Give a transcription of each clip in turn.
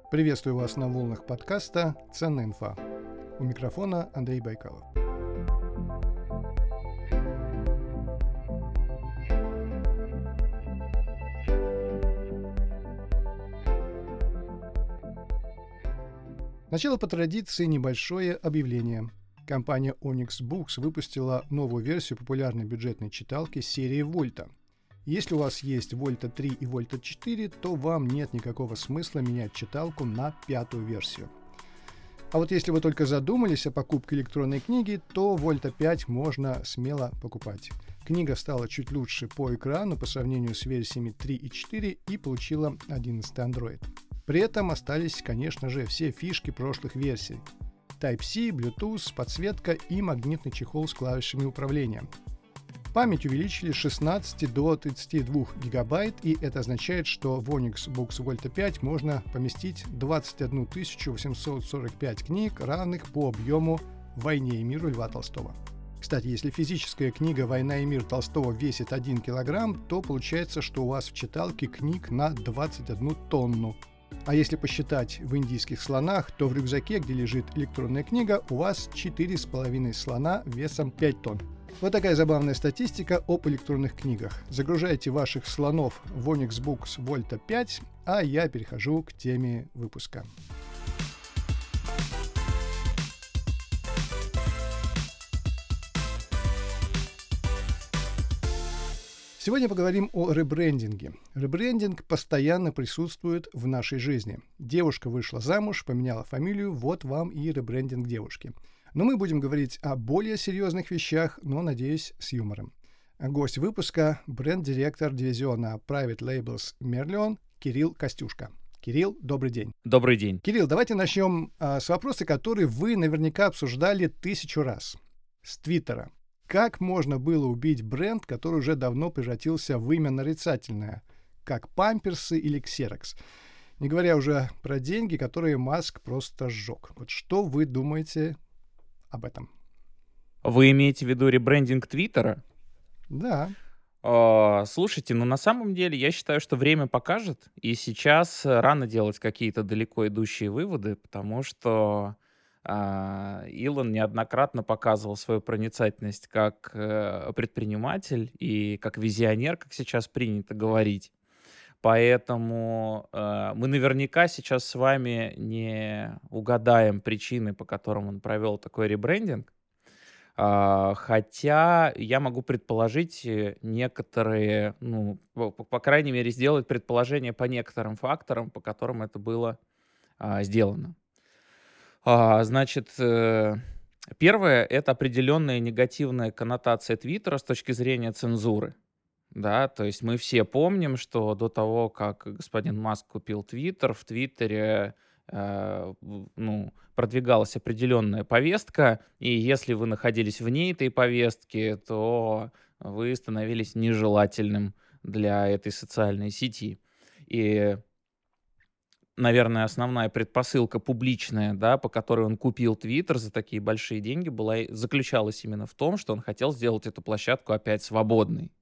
Приветствую вас на волнах подкаста «Ценная инфа». У микрофона Андрей Байкалов. Сначала по традиции небольшое объявление. Компания Onyx Books выпустила новую версию популярной бюджетной читалки серии Вольта. Если у вас есть Вольта 3 и Вольта 4, то вам нет никакого смысла менять читалку на 5-ю версию. А вот если вы только задумались о покупке электронной книги, то Вольта 5 можно смело покупать. Книга стала чуть лучше по экрану по сравнению с версиями 3 и 4 и получила 11 Android. При этом остались, конечно же, все фишки прошлых версий. Type-C, Bluetooth, подсветка и магнитный чехол с клавишами управления. Память увеличили с 16 до 32 гигабайт, и это означает, что в Onyx Books Volta 5 можно поместить 21 845 книг, равных по объему «Войне и миру» Льва Толстого. Кстати, если физическая книга «Война и мир» Толстого весит 1 килограмм, то получается, что у вас в читалке книг на 21 тонну. А если посчитать в индийских слонах, то в рюкзаке, где лежит электронная книга, у вас 4,5 слона весом 5 тонн. Вот такая забавная статистика об электронных книгах. Загружайте ваших слонов в Onyx Books Volta 5, а я перехожу к теме выпуска. Сегодня поговорим о ребрендинге. Ребрендинг постоянно присутствует в нашей жизни. Девушка вышла замуж, поменяла фамилию, вот вам и ребрендинг девушки. Но мы будем говорить о более серьезных вещах, но, надеюсь, с юмором. Гость выпуска – бренд-директор дивизиона Private Labels Merlion Кирилл Костюшко. Кирилл, добрый день. Добрый день. Кирилл, давайте начнем с вопроса, который вы наверняка обсуждали 1000 раз. С Твиттера. Как можно было убить бренд, который уже давно превратился в имя нарицательное, как памперсы или Xerox? Не говоря уже про деньги, которые Маск просто сжег. Вот что вы думаете об этом? Вы имеете в виду ребрендинг Твиттера? Да. Слушайте, на самом деле я считаю, что время покажет, и сейчас рано делать какие-то далеко идущие выводы, потому что Илон неоднократно показывал свою проницательность как предприниматель и как визионер, как сейчас принято говорить. Поэтому мы наверняка сейчас с вами не угадаем причины, по которым он провел такой ребрендинг. Хотя я могу предположить некоторые, по крайней мере, сделать предположение по некоторым факторам, по которым это было сделано. Значит, первое — это определенная негативная коннотация Твиттера с точки зрения цензуры. Да, то есть мы все помним, что до того, как господин Маск купил Твиттер, в Твиттере продвигалась определенная повестка, и если вы находились вне этой повестки, то вы становились нежелательным для этой социальной сети. И, наверное, основная предпосылка публичная, да, по которой он купил Твиттер за такие большие деньги, заключалась именно в том, что он хотел сделать эту площадку опять свободной.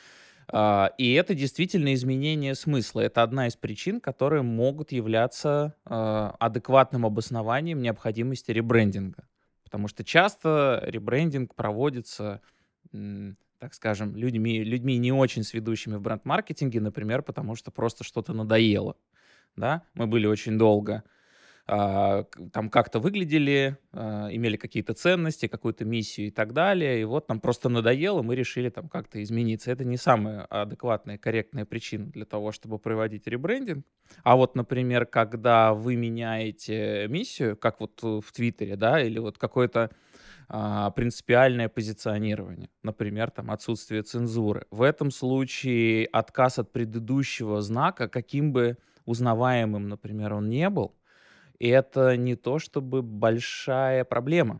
И это действительно изменение смысла. Это одна из причин, которые могут являться адекватным обоснованием необходимости ребрендинга. Потому что часто ребрендинг проводится, так скажем, людьми не очень сведущими в бренд-маркетинге, например, потому что просто что-то надоело. Да? Мы были очень долго там как-то выглядели, имели какие-то ценности, какую-то миссию и так далее, и вот нам просто надоело, мы решили там как-то измениться. Это не самая адекватная, корректная причина для того, чтобы проводить ребрендинг. А вот, например, когда вы меняете миссию, как вот в Твиттере, да, или вот какое-то принципиальное позиционирование, например, там отсутствие цензуры. В этом случае отказ от предыдущего знака, каким бы узнаваемым, например, он не был, это не то чтобы большая проблема.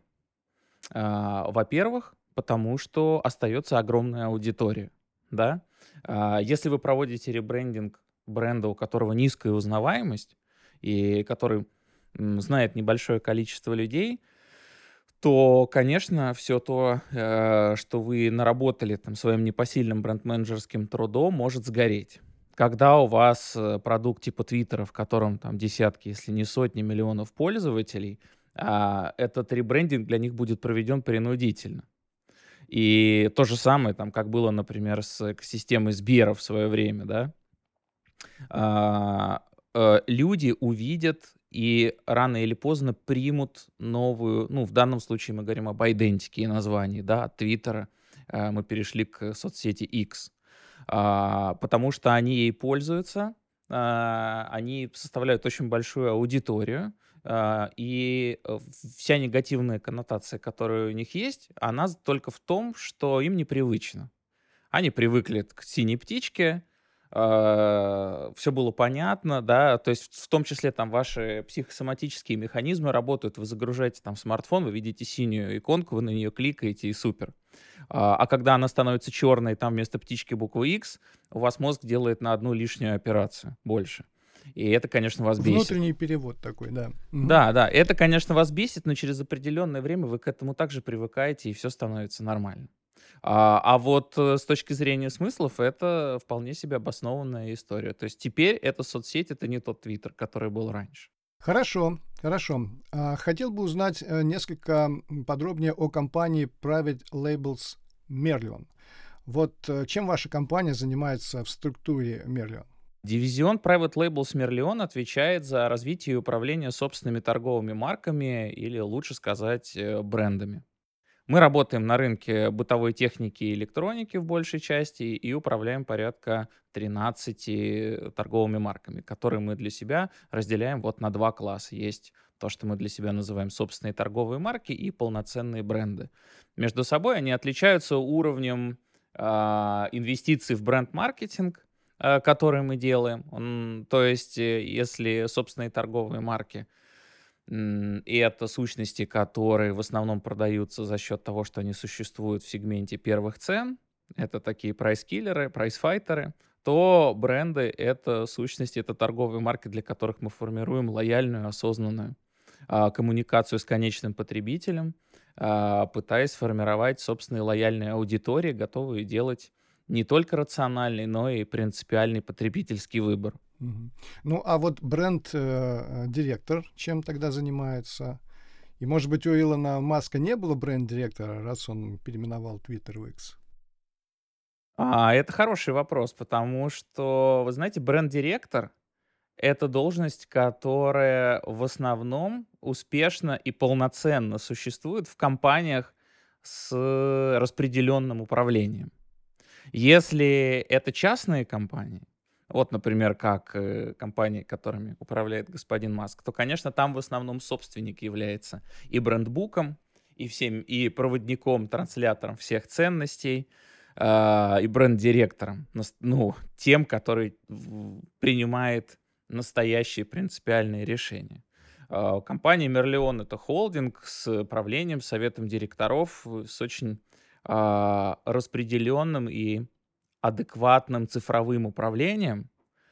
Во-первых, потому что остается огромная аудитория. Да? Если вы проводите ребрендинг бренда, у которого низкая узнаваемость, и который знает небольшое количество людей, то, конечно, все то, что вы наработали там, своим непосильным бренд-менеджерским трудом, может сгореть. Когда у вас продукт типа Твиттера, в котором там десятки, если не сотни миллионов пользователей, этот ребрендинг для них будет проведен принудительно. И то же самое, там, как было, например, с экосистемой Сбера в свое время, да. А, Люди увидят и рано или поздно примут новую, ну, в данном случае мы говорим об идентике и названии, да, от Твиттера мы перешли к соцсети X, потому что они ей пользуются, они составляют очень большую аудиторию, вся негативная коннотация, которая у них есть, она только в том, что им непривычно. Они привыкли к синей птичке, все было понятно, да, то есть в том числе там ваши психосоматические механизмы работают, вы загружаете там смартфон, вы видите синюю иконку, вы на нее кликаете и супер. А когда она становится черной, там вместо птички буква X, у вас мозг делает на одну лишнюю операцию больше. И это, конечно, вас бесит. Внутренний перевод такой, да. Мгм. Да, да, это, конечно, вас бесит, но через определенное время вы к этому также привыкаете, и все становится нормально. С точки зрения смыслов это вполне себе обоснованная история. То есть теперь эта соцсеть — это не тот "Твиттер", который был раньше. Хорошо, хорошо. Хотел бы узнать несколько подробнее о компании Private Labels Merlion. Вот чем ваша компания занимается в структуре Merlion? Дивизион Private Labels Merlion отвечает за развитие и управление собственными торговыми марками или, лучше сказать, брендами. Мы работаем на рынке бытовой техники и электроники в большей части и управляем порядка 13 торговыми марками, которые мы для себя разделяем вот на два класса. Есть то, что мы для себя называем собственные торговые марки и полноценные бренды. Между собой они отличаются уровнем инвестиций в бренд-маркетинг, который мы делаем. То есть, если собственные торговые марки и это сущности, которые в основном продаются за счет того, что они существуют в сегменте первых цен. Это такие прайс-киллеры, прайс-файтеры. То бренды — это сущности, это торговые марки, для которых мы формируем лояльную, осознанную коммуникацию с конечным потребителем, пытаясь формировать собственные лояльные аудитории, готовые делать не только рациональный, но и принципиальный потребительский выбор. Мгм. Ну, а вот бренд-директор чем тогда занимается? И, может быть, у Илона Маска не было бренд-директора, раз он переименовал Twitter в X? Это хороший вопрос, потому что, вы знаете, бренд-директор — это должность, которая в основном успешно и полноценно существует в компаниях с распределенным управлением. Если это частные компании, вот, например, как компании, которыми управляет господин Маск, то, конечно, там в основном собственник является и брендбуком, и проводником, транслятором всех ценностей, и бренд-директором, ну, тем, который принимает настоящие принципиальные решения. Компания Мерлион — это холдинг с правлением, советом директоров, с очень распределенным и адекватным цифровым управлением,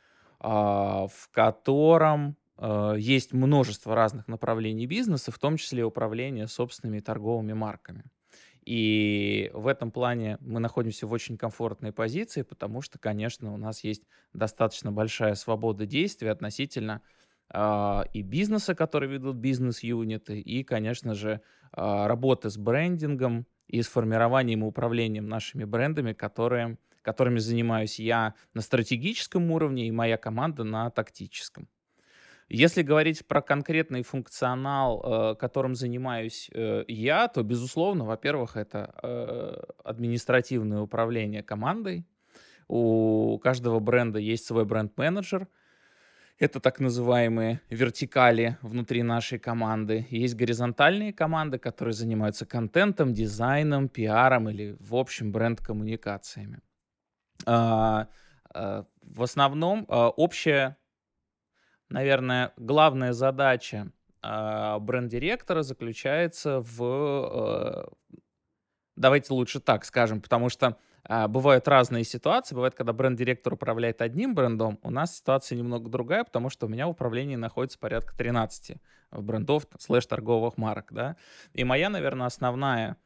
в котором есть множество разных направлений бизнеса, в том числе управление собственными торговыми марками. И в этом плане мы находимся в очень комфортной позиции, потому что, конечно, у нас есть достаточно большая свобода действий относительно и бизнеса, который ведут бизнес-юниты, и, конечно же, работы с брендингом и с формированием и управлением нашими брендами, которыми занимаюсь я на стратегическом уровне и моя команда на тактическом. Если говорить про конкретный функционал, которым занимаюсь я, то, безусловно, во-первых, это административное управление командой. У каждого бренда есть свой бренд-менеджер. Это так называемые вертикали внутри нашей команды. Есть горизонтальные команды, которые занимаются контентом, дизайном, пиаром или, в общем, бренд-коммуникациями. В основном общая, наверное, главная задача бренд-директора заключается давайте лучше так скажем, потому что бывают разные ситуации. Бывает, когда бренд-директор управляет одним брендом, у нас ситуация немного другая, потому что у меня в управлении находится порядка 13 брендов слэш торговых марок, да. И моя, наверное, основная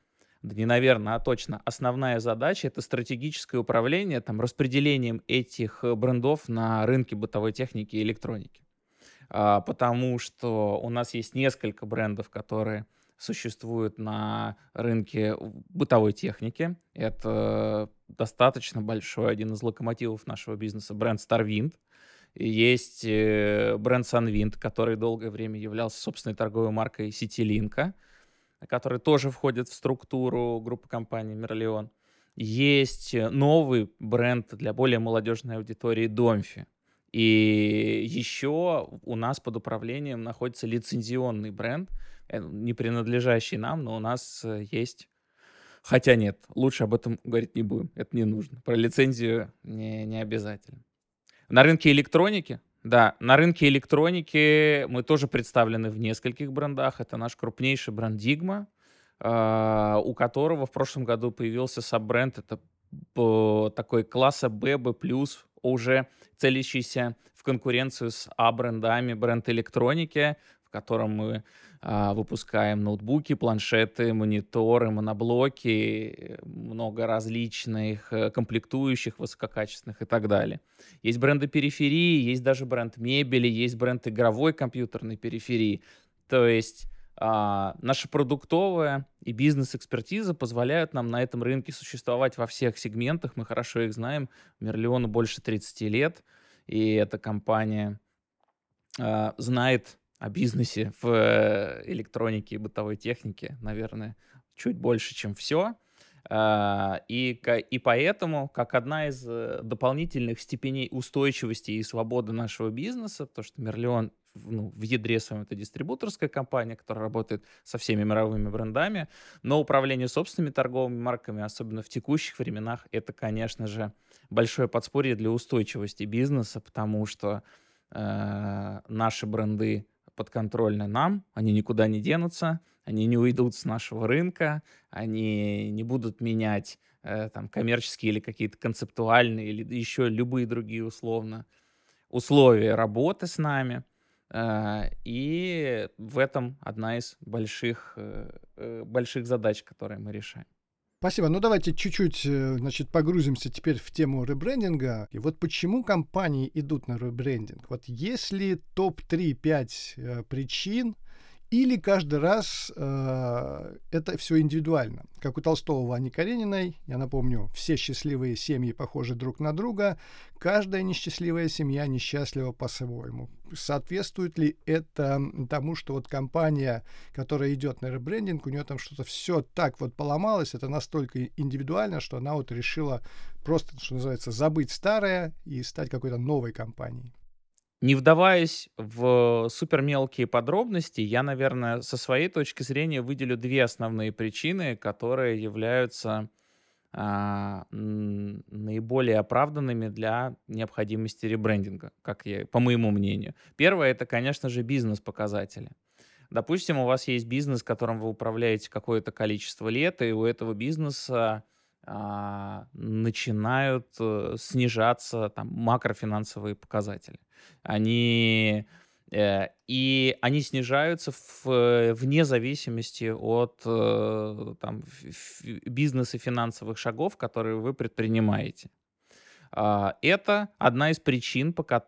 да не наверное, а точно основная задача — это стратегическое управление, там, распределением этих брендов на рынке бытовой техники и электроники. Потому что у нас есть несколько брендов, которые существуют на рынке бытовой техники. Это достаточно большой, один из локомотивов нашего бизнеса, бренд StarWind. И есть бренд SunWind, который долгое время являлся собственной торговой маркой CityLink, который тоже входит в структуру группы компаний Мерлион. Есть новый бренд для более молодежной аудитории Домфи. И еще у нас под управлением находится лицензионный бренд, не принадлежащий нам, но у нас есть... Хотя нет, лучше об этом говорить не будем, это не нужно. Про лицензию не обязательно. На рынке электроники, да, на рынке электроники мы тоже представлены в нескольких брендах. Это наш крупнейший бренд Digma, у которого в прошлом году появился саббренд. Это такой класса B, B+, уже целящийся в конкуренцию с А-брендами, бренд электроники, в котором мы выпускаем ноутбуки, планшеты, мониторы, моноблоки, много различных комплектующих высококачественных и так далее. Есть бренды периферии, есть даже бренд мебели, есть бренд игровой компьютерной периферии. То есть наша продуктовая и бизнес-экспертиза позволяют нам на этом рынке существовать во всех сегментах. Мы хорошо их знаем. Мерлиону больше 30 лет, и эта компания знает о бизнесе в электронике и бытовой технике, наверное, чуть больше, чем все. И поэтому, как одна из дополнительных степеней устойчивости и свободы нашего бизнеса, то, что Мерлион в ядре своем это дистрибуторская компания, которая работает со всеми мировыми брендами, но управление собственными торговыми марками, особенно в текущих временах, это, конечно же, большое подспорье для устойчивости бизнеса, потому что наши бренды подконтрольны нам, они никуда не денутся, они не уйдут с нашего рынка, они не будут менять там коммерческие или какие-то концептуальные или еще любые другие условия работы с нами. И в этом одна из больших задач, которые мы решаем. Спасибо. Ну, давайте чуть-чуть, значит, погрузимся теперь в тему ребрендинга. И вот почему компании идут на ребрендинг? Вот если топ-3-5 причин, или каждый раз это все индивидуально. Как у Толстого в Анне Карениной, я напомню, все счастливые семьи похожи друг на друга, каждая несчастливая семья несчастлива по-своему. Соответствует ли это тому, что вот компания, которая идет на ребрендинг, у нее там что-то все так вот поломалось, это настолько индивидуально, что она вот решила просто, что называется, забыть старое и стать какой-то новой компанией? Не вдаваясь в супер мелкие подробности, я, наверное, со своей точки зрения выделю две основные причины, которые являются наиболее оправданными для необходимости ребрендинга, по моему мнению. Первое — это, конечно же, бизнес-показатели. Допустим, у вас есть бизнес, которым вы управляете какое-то количество лет, и у этого бизнеса начинают снижаться там макрофинансовые показатели. Они снижаются вне зависимости от бизнеса финансовых шагов, которые вы предпринимаете. Это одна из причин,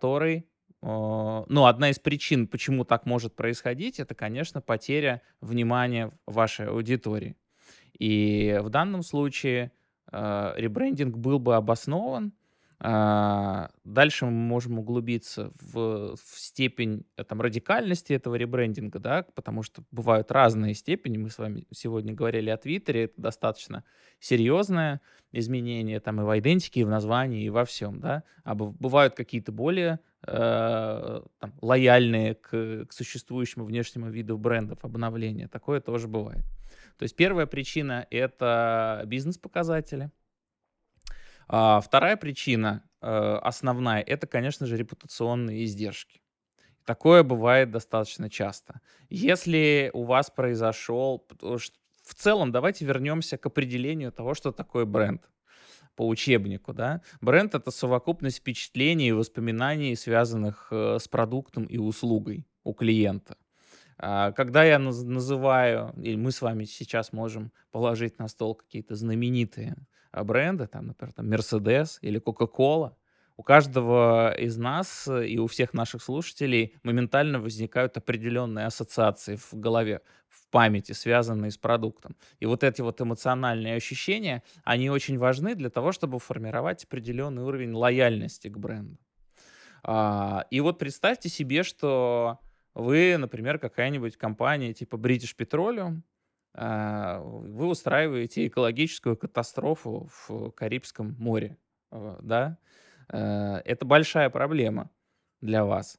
одна из причин, почему так может происходить, это, конечно, потеря внимания вашей аудитории. И в данном случае ребрендинг был бы обоснован. Дальше мы можем углубиться в степень радикальности этого ребрендинга, да, потому что бывают разные степени. Мы с вами сегодня говорили о Твиттере, это достаточно серьезное изменение там и в идентике, и в названии, и во всем, да. А бывают какие-то более лояльные к существующему внешнему виду брендов обновления. Такое тоже бывает. То есть первая причина — это бизнес-показатели. Вторая причина, основная, это, конечно же, репутационные издержки. Такое бывает достаточно часто. Если у вас в целом, давайте вернемся к определению того, что такое бренд по учебнику, да. Бренд — это совокупность впечатлений и воспоминаний, связанных с продуктом и услугой у клиента. Когда я называю, или мы с вами сейчас можем положить на стол какие-то знаменитые бренды, там, например, там Mercedes или Coca-Cola, у каждого из нас и у всех наших слушателей моментально возникают определенные ассоциации в голове, в памяти, связанные с продуктом. И вот эти вот эмоциональные ощущения, они очень важны для того, чтобы формировать определенный уровень лояльности к бренду. И вот представьте себе, что вы, например, какая-нибудь компания типа British Petroleum, вы устраиваете экологическую катастрофу в Карибском море, да? Это большая проблема для вас.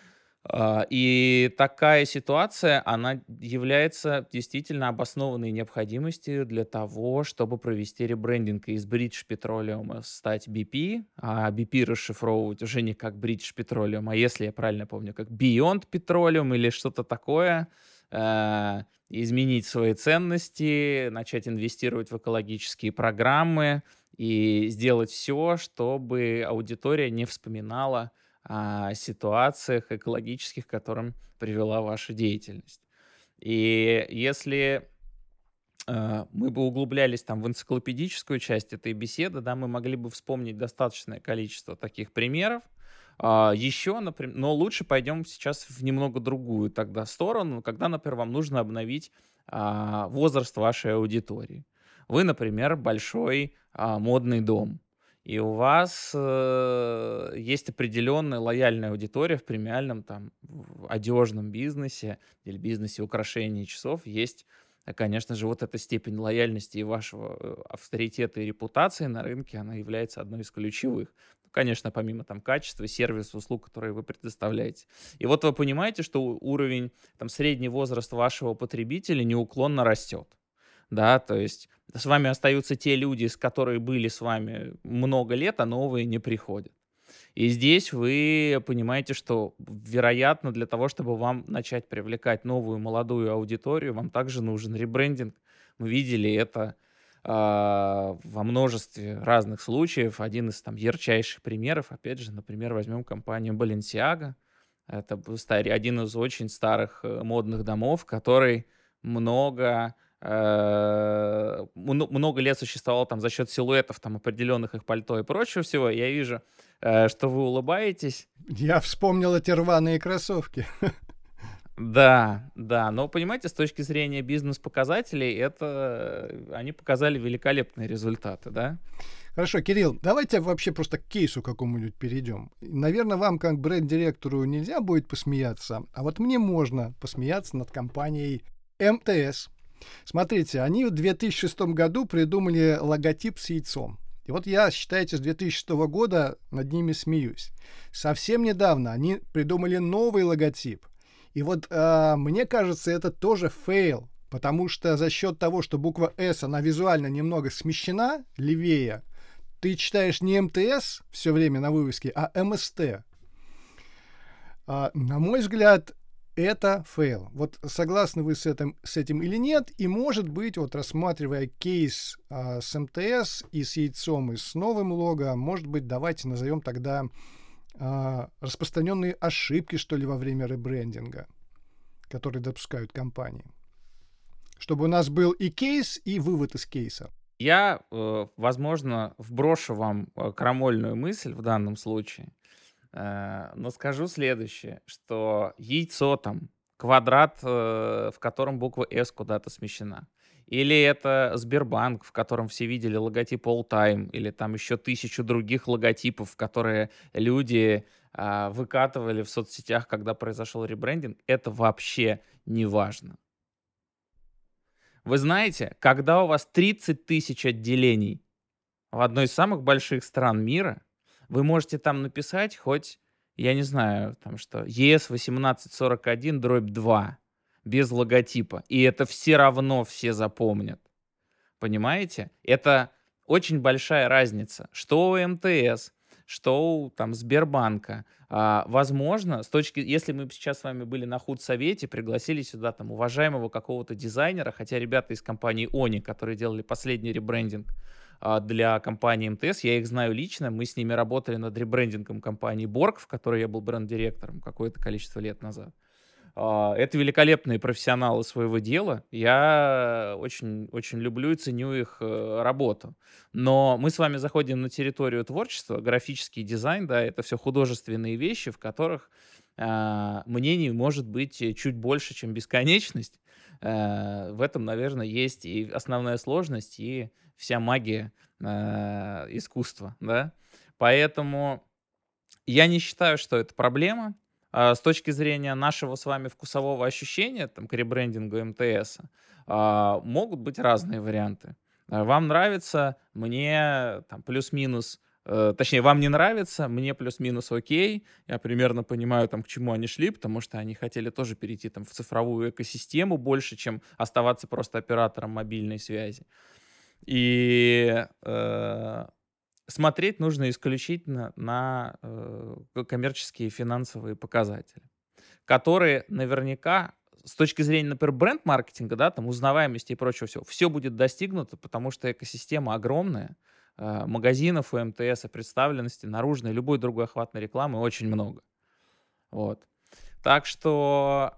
И такая ситуация, она является действительно обоснованной необходимостью для того, чтобы провести ребрендинг и из British Petroleum стать BP, а BP расшифровывать уже не как British Petroleum, а если я правильно помню, как Beyond Petroleum или что-то такое, изменить свои ценности, начать инвестировать в экологические программы и сделать все, чтобы аудитория не вспоминала о ситуациях экологических, к которым привела ваша деятельность. И если мы бы углублялись там в энциклопедическую часть этой беседы, да, мы могли бы вспомнить достаточное количество таких примеров. Еще, например, но лучше пойдем сейчас в немного другую тогда сторону, когда, например, вам нужно обновить возраст вашей аудитории. Вы, например, большой модный дом, и у вас есть определенная лояльная аудитория в премиальном там одежном бизнесе или бизнесе украшений часов. Есть, конечно же, вот эта степень лояльности и вашего авторитета и репутации на рынке, она является одной из ключевых. Ну, конечно, помимо там качества, сервиса, услуг, которые вы предоставляете. И вот вы понимаете, что уровень, там, средний возраст вашего потребителя неуклонно растет. Да, то есть с вами остаются те люди, которые были с вами много лет, а новые не приходят. И здесь вы понимаете, что, вероятно, для того, чтобы вам начать привлекать новую молодую аудиторию, вам также нужен ребрендинг. Мы видели это во множестве разных случаев. Один из там ярчайших примеров, опять же, например, возьмем компанию Balenciaga. Это один из очень старых модных домов, который много много лет существовал там за счет силуэтов там определенных их пальто и прочего всего. Я вижу, что вы улыбаетесь. Я вспомнил эти рваные кроссовки. Да, да, но понимаете, с точки зрения бизнес-показателей, они показали великолепные результаты, да? Хорошо, Кирилл, давайте вообще просто к кейсу какому-нибудь перейдем. Наверное, вам, как бренд-директору, нельзя будет посмеяться, а вот мне можно посмеяться над компанией МТС. Смотрите, они в 2006 году придумали логотип с яйцом. И вот я, считайте, с 2006 года над ними смеюсь. Совсем недавно они придумали новый логотип. И вот мне кажется, это тоже фейл, потому что за счет того, что буква «С», она визуально немного смещена левее, ты читаешь не МТС все время на вывеске, а МСТ. На мой взгляд, это фейл. Вот согласны вы с этим или нет? И может быть, вот рассматривая кейс с МТС и с яйцом, и с новым лого, может быть, давайте назовем тогда распространенные ошибки, что ли, во время ребрендинга, которые допускают компании. Чтобы у нас был и кейс, и вывод из кейса. Я, возможно, вброшу вам крамольную мысль в данном случае, но скажу следующее, что яйцо там, квадрат, в котором буква «С» куда-то смещена. Или это Сбербанк, в котором все видели логотип All Time, или там еще 1000 других логотипов, которые люди выкатывали в соцсетях, когда произошел ребрендинг. Это вообще не важно. Вы знаете, когда у вас 30 тысяч отделений в одной из самых больших стран мира, вы можете там написать хоть, я не знаю, там что, ЕС-1841/2 без логотипа, и это все равно все запомнят. Понимаете? Это очень большая разница. Что у МТС, что у там Сбербанка. Возможно, если мы сейчас с вами были на худсовете, пригласили сюда там уважаемого какого-то дизайнера, хотя ребята из компании Они, которые делали последний ребрендинг для компании МТС, я их знаю лично, мы с ними работали над ребрендингом компании Борг, в которой я был бренд-директором какое-то количество лет назад. Это великолепные профессионалы своего дела. Я очень, очень люблю и ценю их работу. Но мы с вами заходим на территорию творчества, графический дизайн, да, это все художественные вещи, в которых мнений может быть чуть больше, чем бесконечность. В этом, наверное, есть и основная сложность, и вся магия искусства, да. Поэтому я не считаю, что это проблема. С точки зрения нашего с вами вкусового ощущения, там, к ребрендингу МТСа, могут быть разные варианты. Вам нравится, мне там плюс-минус, точнее, вам не нравится, мне плюс-минус окей. Я примерно понимаю, там, к чему они шли, потому что они хотели тоже перейти там, в цифровую экосистему больше, чем оставаться просто оператором мобильной связи. И смотреть нужно исключительно на коммерческие и финансовые показатели, которые наверняка с точки зрения, например, бренд-маркетинга, да, там узнаваемости и прочего всего, все будет достигнуто, потому что экосистема огромная, магазинов у МТС, представленности наружной, любой другой охватной рекламы очень много. Вот. Так что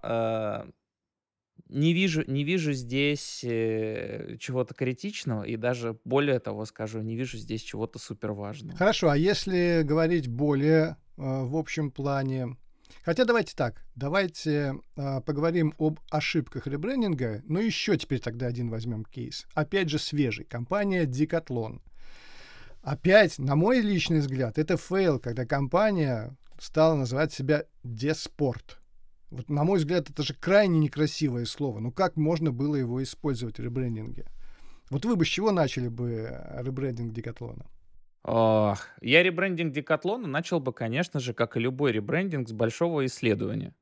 не вижу здесь чего-то критичного, и даже более того скажу, не вижу здесь чего-то суперважного. Хорошо, а если говорить более в общем плане, хотя давайте так, давайте поговорим об ошибках ребрендинга, но еще теперь тогда один возьмем кейс. Опять же свежий, компания Decathlon. Опять, на мой личный взгляд, это фейл, когда компания стала называть себя Деспорт. Вот, на мой взгляд, это же крайне некрасивое слово. Ну как можно было его использовать в ребрендинге? Вот вы бы с чего начали бы ребрендинг Декатлона? Я ребрендинг Декатлона начал бы, конечно же, как и любой ребрендинг, с большого исследования.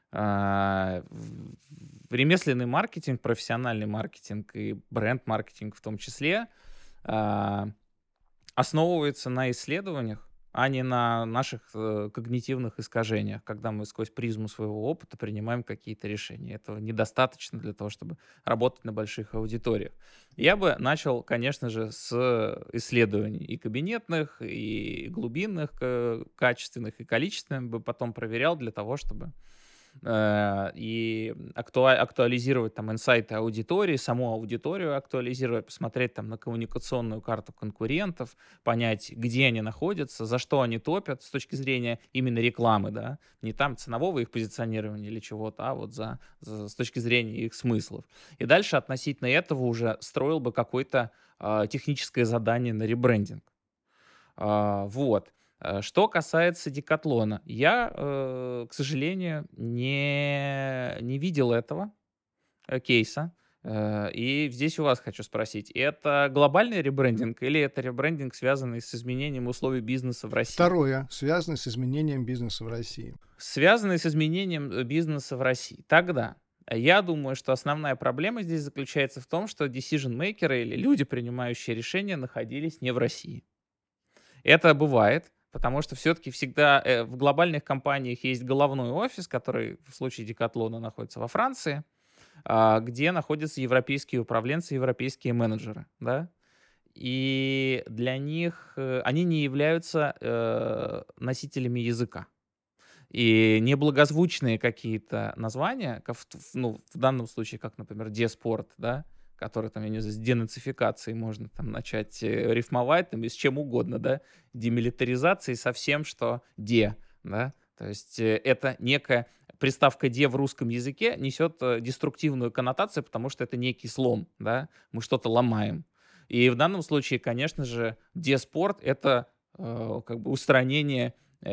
Ремесленный маркетинг, профессиональный маркетинг и бренд-маркетинг в том числе основывается на исследованиях, а не на наших когнитивных искажениях, когда мы сквозь призму своего опыта принимаем какие-то решения. Этого недостаточно для того, чтобы работать на больших аудиториях. Я бы начал, конечно же, с исследований и кабинетных, и глубинных, качественных, и количественных, бы потом проверял для того, чтобы и актуализировать там инсайты аудитории, саму аудиторию актуализировать, посмотреть там на коммуникационную карту конкурентов, понять, где они находятся, за что они топят с точки зрения именно рекламы, да, не там ценового их позиционирования или чего-то, а вот с точки зрения их смыслов. И дальше относительно этого уже строил бы какое-то техническое задание на ребрендинг. Вот. Что касается Декатлона, я, к сожалению, не видел этого кейса. И здесь у вас хочу спросить, это глобальный ребрендинг или это ребрендинг, связанный с изменением условий бизнеса в России? Второе, связано с изменением бизнеса в России. Связанный с изменением бизнеса в России. Тогда я думаю, что основная проблема здесь заключается в том, что decision-makers или люди, принимающие решения, находились не в России. Это бывает, потому что все-таки всегда в глобальных компаниях есть головной офис, который в случае Декатлона находится во Франции, где находятся европейские управленцы, европейские менеджеры, да, и для них они не являются носителями языка. И неблагозвучные какие-то названия, ну, в данном случае, как, например, Деспорт, да, который там, я не знаю, с денацификацией можно там начать рифмовать, там, и с чем угодно, да, демилитаризацией со всем, что де, да, то есть это некая приставка «де» в русском языке несет деструктивную коннотацию, потому что это некий слом, да, мы что-то ломаем. И в данном случае, конечно же, деспорт — это как бы устранение,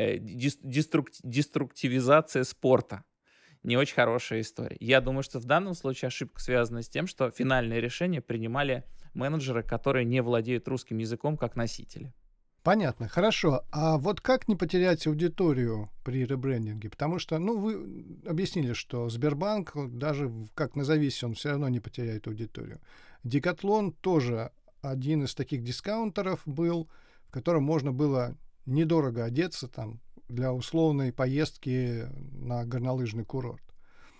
деструктивизация спорта. Не очень хорошая история. Я думаю, что в данном случае ошибка связана с тем, что финальные решения принимали менеджеры, которые не владеют русским языком как носители. Понятно, хорошо. А вот как не потерять аудиторию при ребрендинге? Потому что, ну, вы объяснили, что Сбербанк, даже как назовись, он все равно не потеряет аудиторию. Декатлон тоже один из таких дискаунтеров был, в котором можно было недорого одеться там для условной поездки на горнолыжный курорт.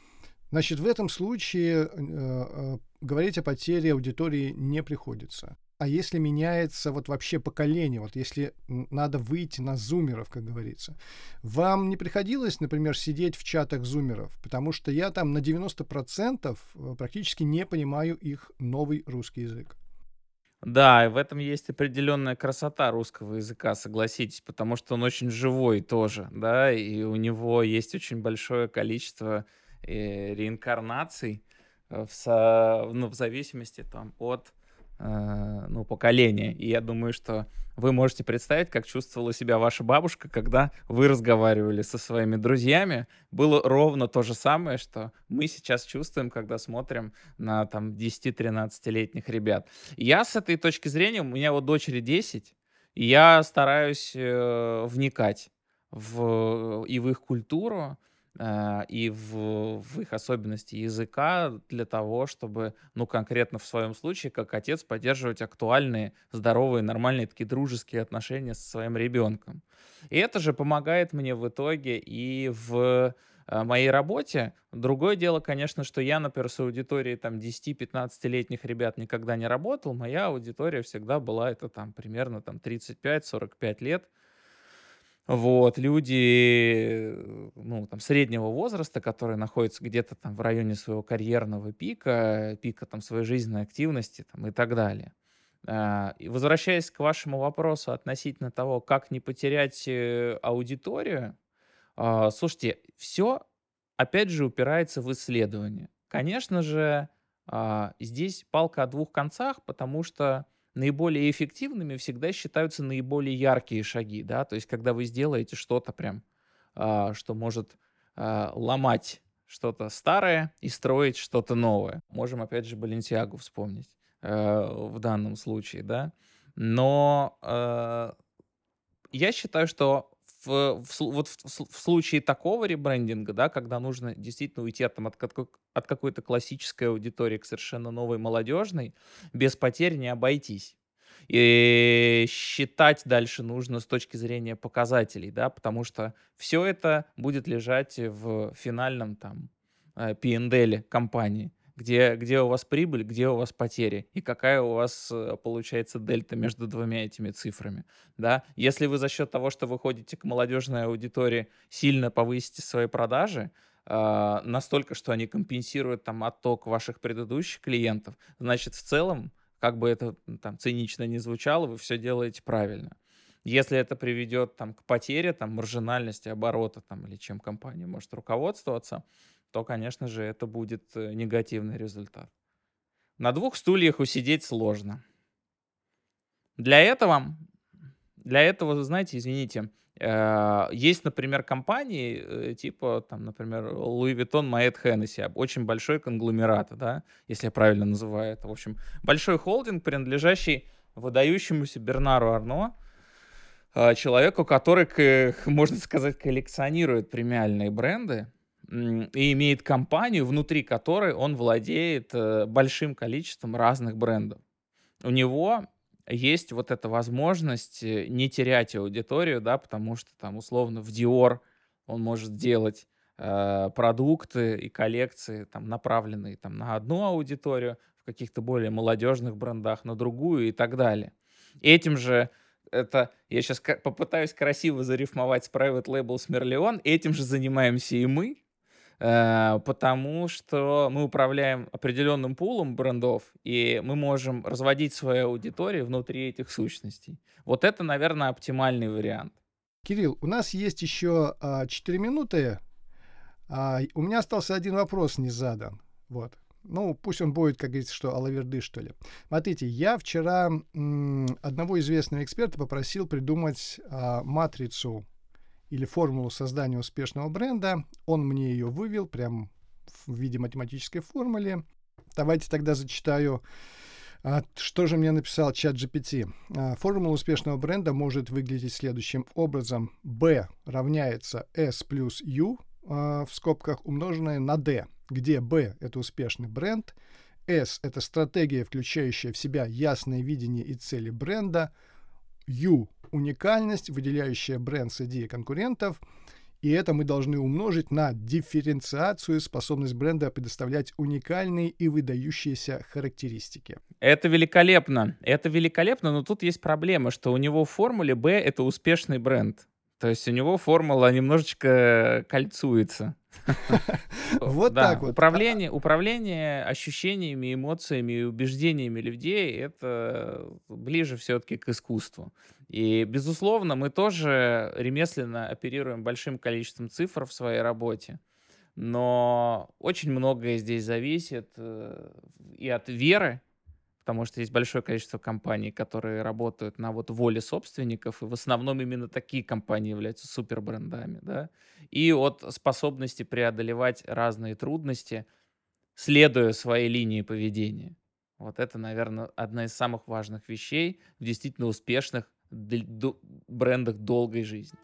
Значит, в этом случае говорить о потере аудитории не приходится. А если меняется вот вообще поколение, вот если надо выйти на зумеров, как говорится, вам не приходилось, например, сидеть в чатах зумеров? Потому что я там на 90% практически не понимаю их новый русский язык. Да, и в этом есть определенная красота русского языка, согласитесь, потому что он очень живой тоже, да, и у него есть очень большое количество реинкарнаций ну, в зависимости там от ну, поколения. И я думаю, что вы можете представить, как чувствовала себя ваша бабушка, когда вы разговаривали со своими друзьями. Было ровно то же самое, что мы сейчас чувствуем, когда смотрим на там 10-13-летних ребят. Я с этой точки зрения, у меня вот дочери 10, и я стараюсь вникать и в их культуру, и в их особенности языка для того, чтобы, ну, конкретно в своем случае, как отец, поддерживать актуальные, здоровые, нормальные такие дружеские отношения со своим ребенком. И это же помогает мне в итоге и в моей работе. Другое дело, конечно, что я, например, с аудиторией там 10-15-летних ребят никогда не работал. Моя аудитория всегда была это там примерно там 35-45 лет. Вот, люди, ну, там, среднего возраста, которые находятся где-то там в районе своего карьерного пика, пика там своей жизненной активности там, и так далее. И возвращаясь к вашему вопросу относительно того, как не потерять аудиторию, слушайте, все опять же упирается в исследование. Конечно же, здесь палка о двух концах, потому что наиболее эффективными всегда считаются наиболее яркие шаги, да, то есть когда вы сделаете что-то прям, что может ломать что-то старое и строить что-то новое. Можем опять же Баленсиагу вспомнить в данном случае, да. Но я считаю, что в случае такого ребрендинга, да, когда нужно действительно уйти от какой-то классической аудитории к совершенно новой молодежной, без потерь не обойтись. И считать дальше нужно с точки зрения показателей, да, потому что все это будет лежать в финальном там P&L компании, где у вас прибыль, где у вас потери и какая у вас получается дельта между двумя этими цифрами, да. Если вы за счет того, что вы ходите к молодежной аудитории, сильно повысите свои продажи, настолько, что они компенсируют там отток ваших предыдущих клиентов, значит, в целом, как бы это там цинично не звучало, вы все делаете правильно. Если это приведет там к потере там маржинальности оборота там или чем компания может руководствоваться, то, конечно же, это будет негативный результат. На двух стульях усидеть сложно. Для этого, для этого, вы знаете, извините, есть, например, компании, типа, там, например, Louis Vuitton, Moet Hennessy, очень большой конгломерат, да, если я правильно называю это. В общем, большой холдинг, принадлежащий выдающемуся Бернару Арно, человеку, который, можно сказать, коллекционирует премиальные бренды и имеет компанию, внутри которой он владеет большим количеством разных брендов. У него есть вот эта возможность не терять аудиторию, да, потому что там условно в Dior он может делать продукты и коллекции, там, направленные там, на одну аудиторию, в каких-то более молодежных брендах на другую и так далее. Этим же это я сейчас попытаюсь красиво зарифмовать с Private Label с Merlion, этим же занимаемся и мы, потому что мы управляем определенным пулом брендов, и мы можем разводить свою аудиторию внутри этих сущностей. Вот это, наверное, оптимальный вариант. Кирилл, у нас есть еще 4 минуты. У меня остался один вопрос не задан. Вот. Ну, пусть он будет, как говорится, что алаверды, что ли. Смотрите, я вчера одного известного эксперта попросил придумать матрицу или формулу создания успешного бренда. Он мне ее вывел прям в виде математической формулы. Давайте тогда зачитаю, что же мне написал чат GPT. Формула успешного бренда может выглядеть следующим образом. B равняется S плюс U в скобках умноженное на D, где B — это успешный бренд, S — это стратегия, включающая в себя ясное видение и цели бренда, U — уникальность, выделяющая бренд с идеей конкурентов, И это мы должны умножить на дифференциацию, способность бренда предоставлять уникальные и выдающиеся характеристики. Это великолепно, но тут есть проблема, что у него в формуле Б это успешный бренд. То есть у него формула немножечко кольцуется. Вот Да, так вот. управление ощущениями, эмоциями и убеждениями людей — это ближе все-таки к искусству. И, безусловно, мы тоже ремесленно оперируем большим количеством цифр в своей работе, но очень многое здесь зависит и от веры, потому что есть большое количество компаний, которые работают на вот воле собственников, и в основном именно такие компании являются супербрендами, да, и от способности преодолевать разные трудности, следуя своей линии поведения. Вот это, наверное, одна из самых важных вещей в действительно успешных брендах долгой жизни.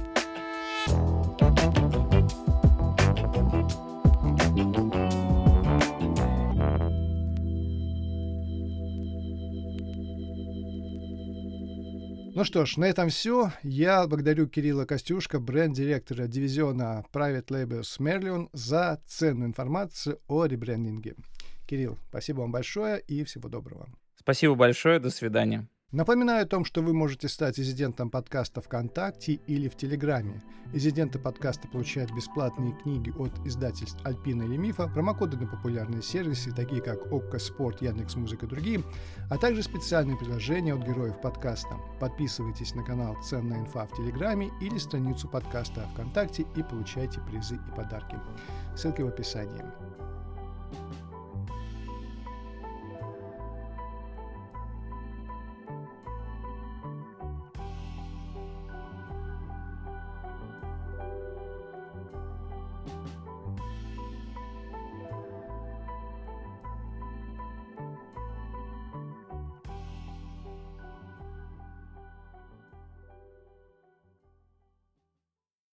Ну что ж, на этом все. Я благодарю Кирилла Костюшко, бренд-директора дивизиона Private Labels Merlion, за ценную информацию о ребрендинге. Кирилл, спасибо вам большое и всего доброго. Спасибо большое, до свидания. Напоминаю о том, что вы можете стать резидентом подкаста ВКонтакте или в Телеграме. Резиденты подкаста получают бесплатные книги от издательств Альпина или Мифа, промокоды на популярные сервисы, такие как ОККО Спорт, Яндекс.Музыка и другие, а также специальные предложения от героев подкаста. Подписывайтесь на канал «Ценная инфа» в Телеграме или страницу подкаста ВКонтакте и получайте призы и подарки. Ссылки в описании.